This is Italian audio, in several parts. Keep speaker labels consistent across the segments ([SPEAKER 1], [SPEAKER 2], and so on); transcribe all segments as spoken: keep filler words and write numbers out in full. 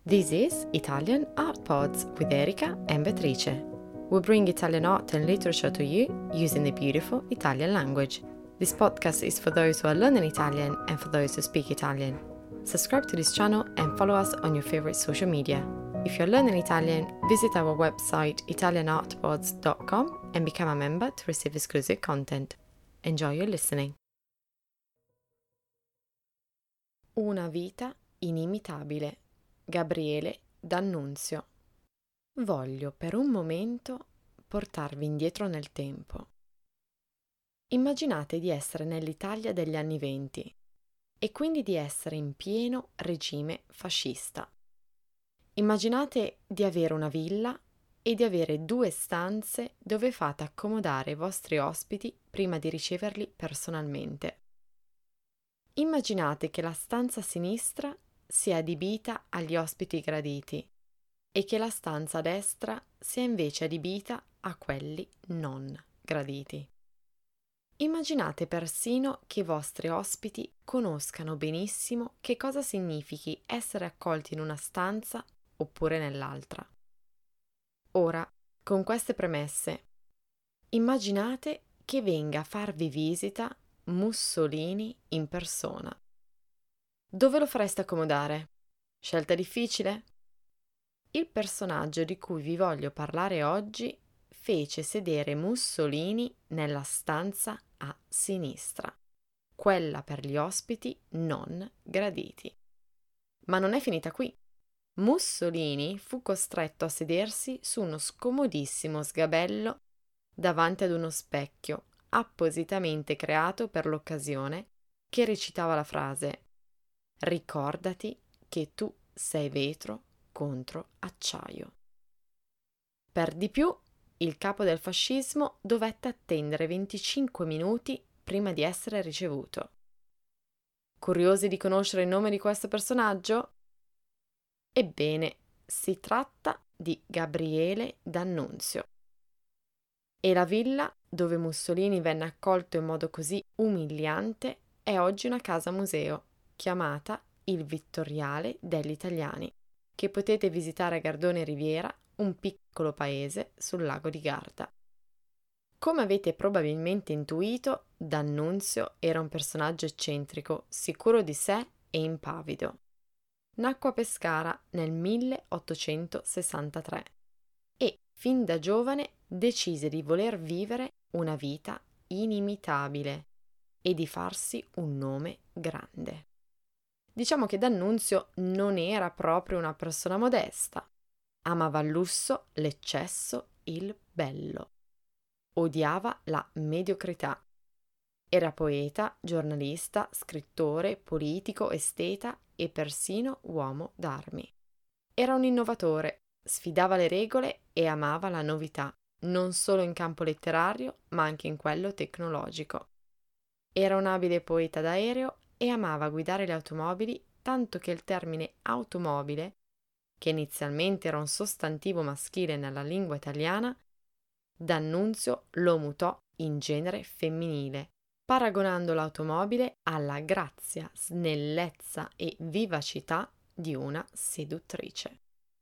[SPEAKER 1] This is Italian Art Pods with Erika and Beatrice. We bring Italian art and literature to you using the beautiful Italian language. This podcast is for those who are learning Italian and for those who speak Italian. Subscribe to this channel and follow us on your favorite social media. If you're learning Italian, visit our website italian art pods dot com and become a member to receive exclusive content. Enjoy your listening. Una vita inimitabile. Gabriele D'Annunzio. Voglio per un momento portarvi indietro nel tempo. Immaginate di essere nell'Italia degli anni venti e quindi di essere in pieno regime fascista. Immaginate di avere una villa e di avere due stanze dove fate accomodare i vostri ospiti prima di riceverli personalmente. Immaginate che la stanza a sinistra sia adibita agli ospiti graditi e che la stanza a destra sia invece adibita a quelli non graditi. Immaginate persino che i vostri ospiti conoscano benissimo che cosa significhi essere accolti in una stanza oppure nell'altra. Ora, con queste premesse, immaginate che venga a farvi visita Mussolini in persona. Dove lo fareste accomodare? Scelta difficile? Il personaggio di cui vi voglio parlare oggi fece sedere Mussolini nella stanza a sinistra, quella per gli ospiti non graditi. Ma non è finita qui. Mussolini fu costretto a sedersi su uno scomodissimo sgabello davanti ad uno specchio appositamente creato per l'occasione che recitava la frase: ricordati che tu sei vetro contro acciaio. Per di più, il capo del fascismo dovette attendere venticinque minuti prima di essere ricevuto. Curiosi di conoscere il nome di questo personaggio? Ebbene, si tratta di Gabriele D'Annunzio. E la villa dove Mussolini venne accolto in modo così umiliante è oggi una casa museo chiamata il Vittoriale degli Italiani, che potete visitare a Gardone Riviera, un piccolo paese sul lago di Garda. Come avete probabilmente intuito, D'Annunzio era un personaggio eccentrico, sicuro di sé e impavido. Nacque a Pescara nel milleottocentosessantatré e, fin da giovane, decise di voler vivere una vita inimitabile e di farsi un nome grande. Diciamo che D'Annunzio non era proprio una persona modesta. Amava il lusso, l'eccesso, il bello. Odiava la mediocrità. Era poeta, giornalista, scrittore, politico, esteta e persino uomo d'armi. Era un innovatore, sfidava le regole e amava la novità, non solo in campo letterario, ma anche in quello tecnologico. Era un abile poeta d'aereo e amava guidare le automobili, tanto che il termine automobile, che inizialmente era un sostantivo maschile nella lingua italiana, D'Annunzio lo mutò in genere femminile, paragonando l'automobile alla grazia, snellezza e vivacità di una seduttrice.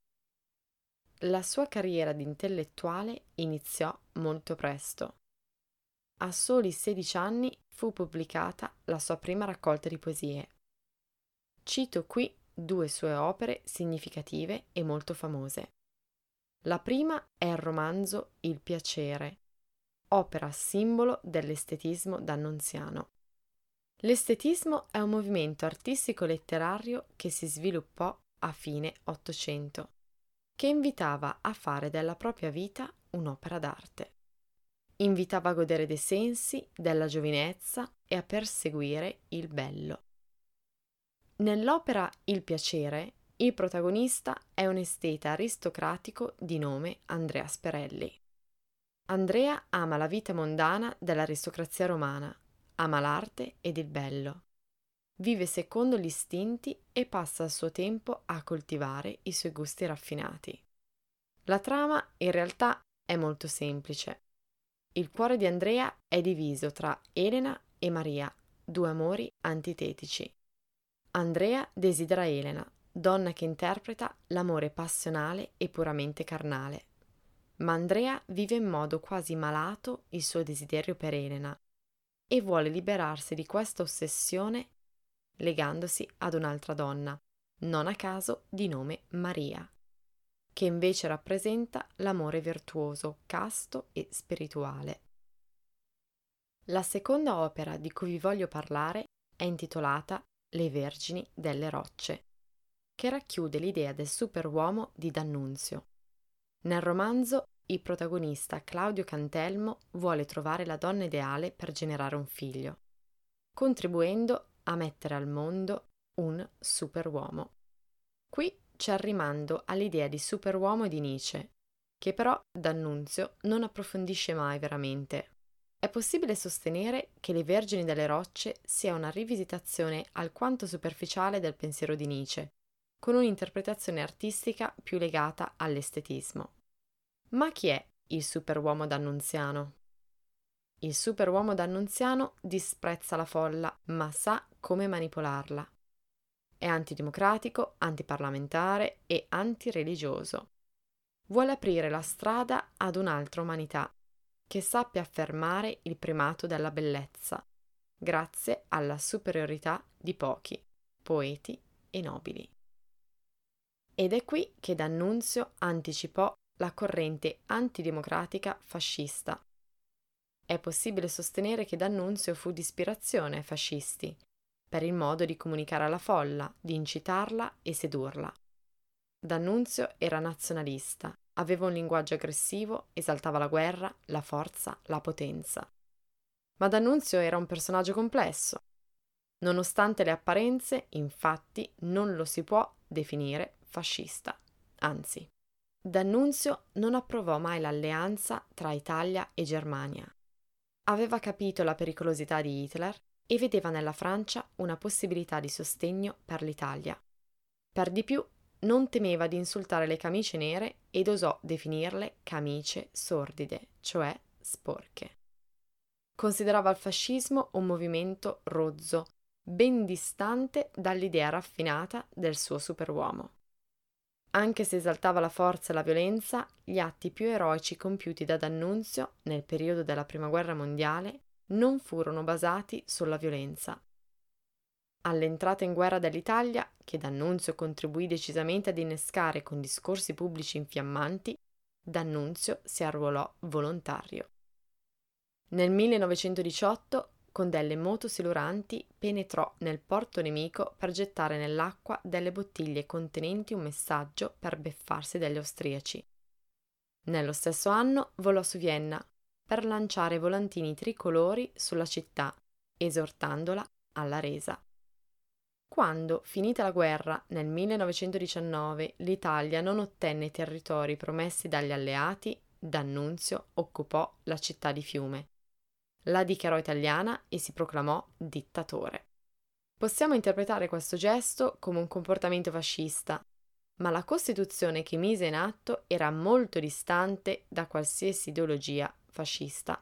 [SPEAKER 1] La sua carriera di intellettuale iniziò molto presto. A soli sedici anni fu pubblicata la sua prima raccolta di poesie. Cito qui due sue opere significative e molto famose. La prima è il romanzo Il piacere, opera simbolo dell'estetismo d'annunziano. L'estetismo è un movimento artistico-letterario che si sviluppò a fine Ottocento, che invitava a fare della propria vita un'opera d'arte. Invitava a godere dei sensi, della giovinezza e a perseguire il bello. Nell'opera Il piacere, il protagonista è un esteta aristocratico di nome Andrea Sperelli. Andrea ama la vita mondana dell'aristocrazia romana, ama l'arte ed il bello. Vive secondo gli istinti e passa il suo tempo a coltivare i suoi gusti raffinati. La trama, in realtà, è molto semplice. Il cuore di Andrea è diviso tra Elena e Maria, due amori antitetici. Andrea desidera Elena, donna che interpreta l'amore passionale e puramente carnale. Ma Andrea vive in modo quasi malato il suo desiderio per Elena e vuole liberarsi di questa ossessione legandosi ad un'altra donna, non a caso di nome Maria, che invece rappresenta l'amore virtuoso, casto e spirituale. La seconda opera di cui vi voglio parlare è intitolata Le Vergini delle Rocce, che racchiude l'idea del superuomo di D'Annunzio. Nel romanzo, il protagonista Claudio Cantelmo vuole trovare la donna ideale per generare un figlio, contribuendo a mettere al mondo un superuomo. Qui c'è il rimando all'idea di superuomo di Nietzsche, che però D'Annunzio non approfondisce mai veramente. È possibile sostenere che Le Vergini delle Rocce sia una rivisitazione alquanto superficiale del pensiero di Nietzsche, con un'interpretazione artistica più legata all'estetismo. Ma chi è il superuomo d'Annunziano? Il superuomo d'Annunziano disprezza la folla, ma sa come manipolarla. È antidemocratico, antiparlamentare e antireligioso. Vuole aprire la strada ad un'altra umanità, che sappia affermare il primato della bellezza, grazie alla superiorità di pochi, poeti e nobili. Ed è qui che D'Annunzio anticipò la corrente antidemocratica fascista. È possibile sostenere che D'Annunzio fu di ispirazione ai fascisti, per il modo di comunicare alla folla, di incitarla e sedurla. D'Annunzio era nazionalista, aveva un linguaggio aggressivo, esaltava la guerra, la forza, la potenza. Ma D'Annunzio era un personaggio complesso. Nonostante le apparenze, infatti, non lo si può definire fascista. Anzi, D'Annunzio non approvò mai l'alleanza tra Italia e Germania. Aveva capito la pericolosità di Hitler e vedeva nella Francia una possibilità di sostegno per l'Italia. Per di più, non temeva di insultare le camicie nere ed osò definirle camicie sordide, cioè sporche. Considerava il fascismo un movimento rozzo, ben distante dall'idea raffinata del suo superuomo. Anche se esaltava la forza e la violenza, gli atti più eroici compiuti da D'Annunzio nel periodo della Prima Guerra Mondiale non furono basati sulla violenza. All'entrata in guerra dell'Italia, che D'Annunzio contribuì decisamente ad innescare con discorsi pubblici infiammanti, D'Annunzio si arruolò volontario. Nel millenovecentodiciotto, con delle moto siluranti, penetrò nel porto nemico per gettare nell'acqua delle bottiglie contenenti un messaggio per beffarsi degli austriaci. Nello stesso anno volò su Vienna per lanciare volantini tricolori sulla città, esortandola alla resa. Quando, finita la guerra, nel millenovecentodiciannove, l'Italia non ottenne i territori promessi dagli alleati, D'Annunzio occupò la città di Fiume. La dichiarò italiana e si proclamò dittatore. Possiamo interpretare questo gesto come un comportamento fascista, ma la Costituzione che mise in atto era molto distante da qualsiasi ideologia fascista.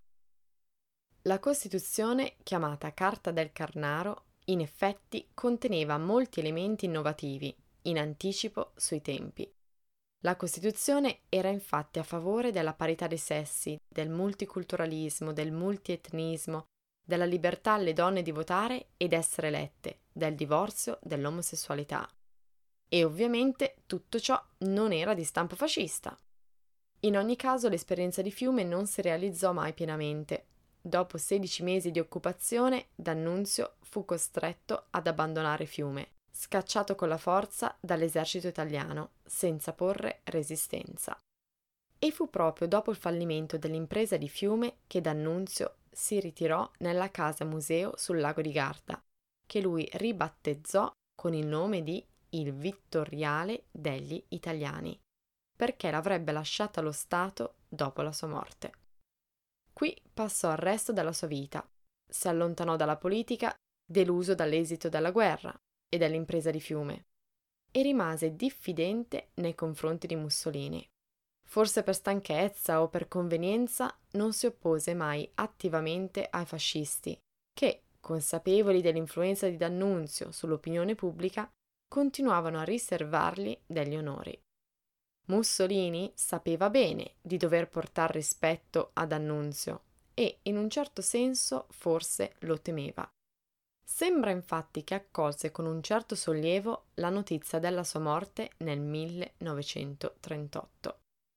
[SPEAKER 1] La Costituzione, chiamata Carta del Carnaro, in effetti conteneva molti elementi innovativi, in anticipo sui tempi. La Costituzione era infatti a favore della parità dei sessi, del multiculturalismo, del multietnismo, della libertà alle donne di votare ed essere elette, del divorzio, dell'omosessualità. E ovviamente tutto ciò non era di stampo fascista. In ogni caso l'esperienza di Fiume non si realizzò mai pienamente. Dopo sedici mesi di occupazione, D'Annunzio fu costretto ad abbandonare Fiume, scacciato con la forza dall'esercito italiano, senza porre resistenza. E fu proprio dopo il fallimento dell'impresa di Fiume che D'Annunzio si ritirò nella casa museo sul lago di Garda, che lui ribattezzò con il nome di Il Vittoriale degli Italiani, perché l'avrebbe lasciata allo Stato dopo la sua morte. Qui passò il resto della sua vita, si allontanò dalla politica, deluso dall'esito della guerra e dell'impresa di Fiume, e rimase diffidente nei confronti di Mussolini. Forse per stanchezza o per convenienza non si oppose mai attivamente ai fascisti, che, consapevoli dell'influenza di D'Annunzio sull'opinione pubblica, continuavano a riservargli degli onori. Mussolini sapeva bene di dover portar rispetto ad D'Annunzio e, in un certo senso, forse lo temeva. Sembra infatti che accolse con un certo sollievo la notizia della sua morte nel millenovecentotrentotto.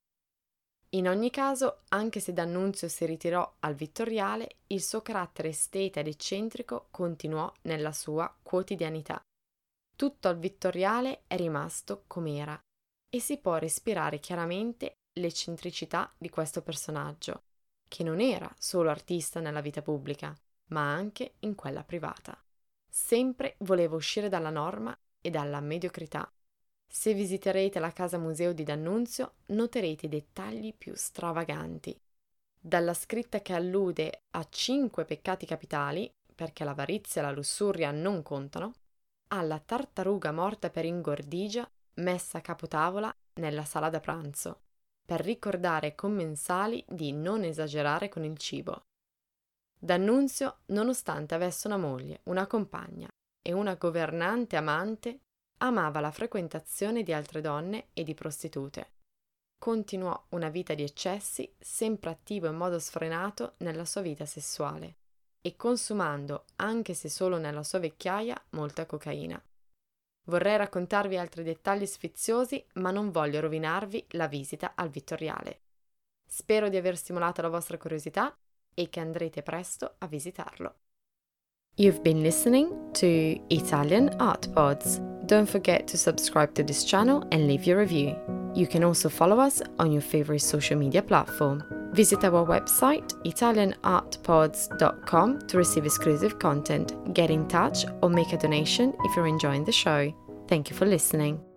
[SPEAKER 1] In ogni caso, anche se D'Annunzio si ritirò al Vittoriale, il suo carattere esteta ed eccentrico continuò nella sua quotidianità. Tutto al Vittoriale è rimasto com'era e si può respirare chiaramente l'eccentricità di questo personaggio, che non era solo artista nella vita pubblica, ma anche in quella privata. Sempre voleva uscire dalla norma e dalla mediocrità. Se visiterete la casa museo di D'Annunzio, noterete i dettagli più stravaganti. Dalla scritta che allude a cinque peccati capitali, perché l'avarizia e la lussuria non contano, alla tartaruga morta per ingordigia messa a capotavola nella sala da pranzo, per ricordare ai commensali di non esagerare con il cibo. D'Annunzio, nonostante avesse una moglie, una compagna e una governante amante, amava la frequentazione di altre donne e di prostitute. Continuò una vita di eccessi, sempre attivo in modo sfrenato nella sua vita sessuale e consumando, anche se solo nella sua vecchiaia, molta cocaina. Vorrei raccontarvi altri dettagli sfiziosi, ma non voglio rovinarvi la visita al Vittoriale. Spero di aver stimolato la vostra curiosità e che andrete presto a visitarlo. You've been listening to Italian Art Pods. Don't forget to subscribe to this channel and leave your review. You can also follow us on your favorite social media platform. Visit our website italian art pods dot com to receive exclusive content, get in touch or make a donation if you're enjoying the show. Thank you for listening.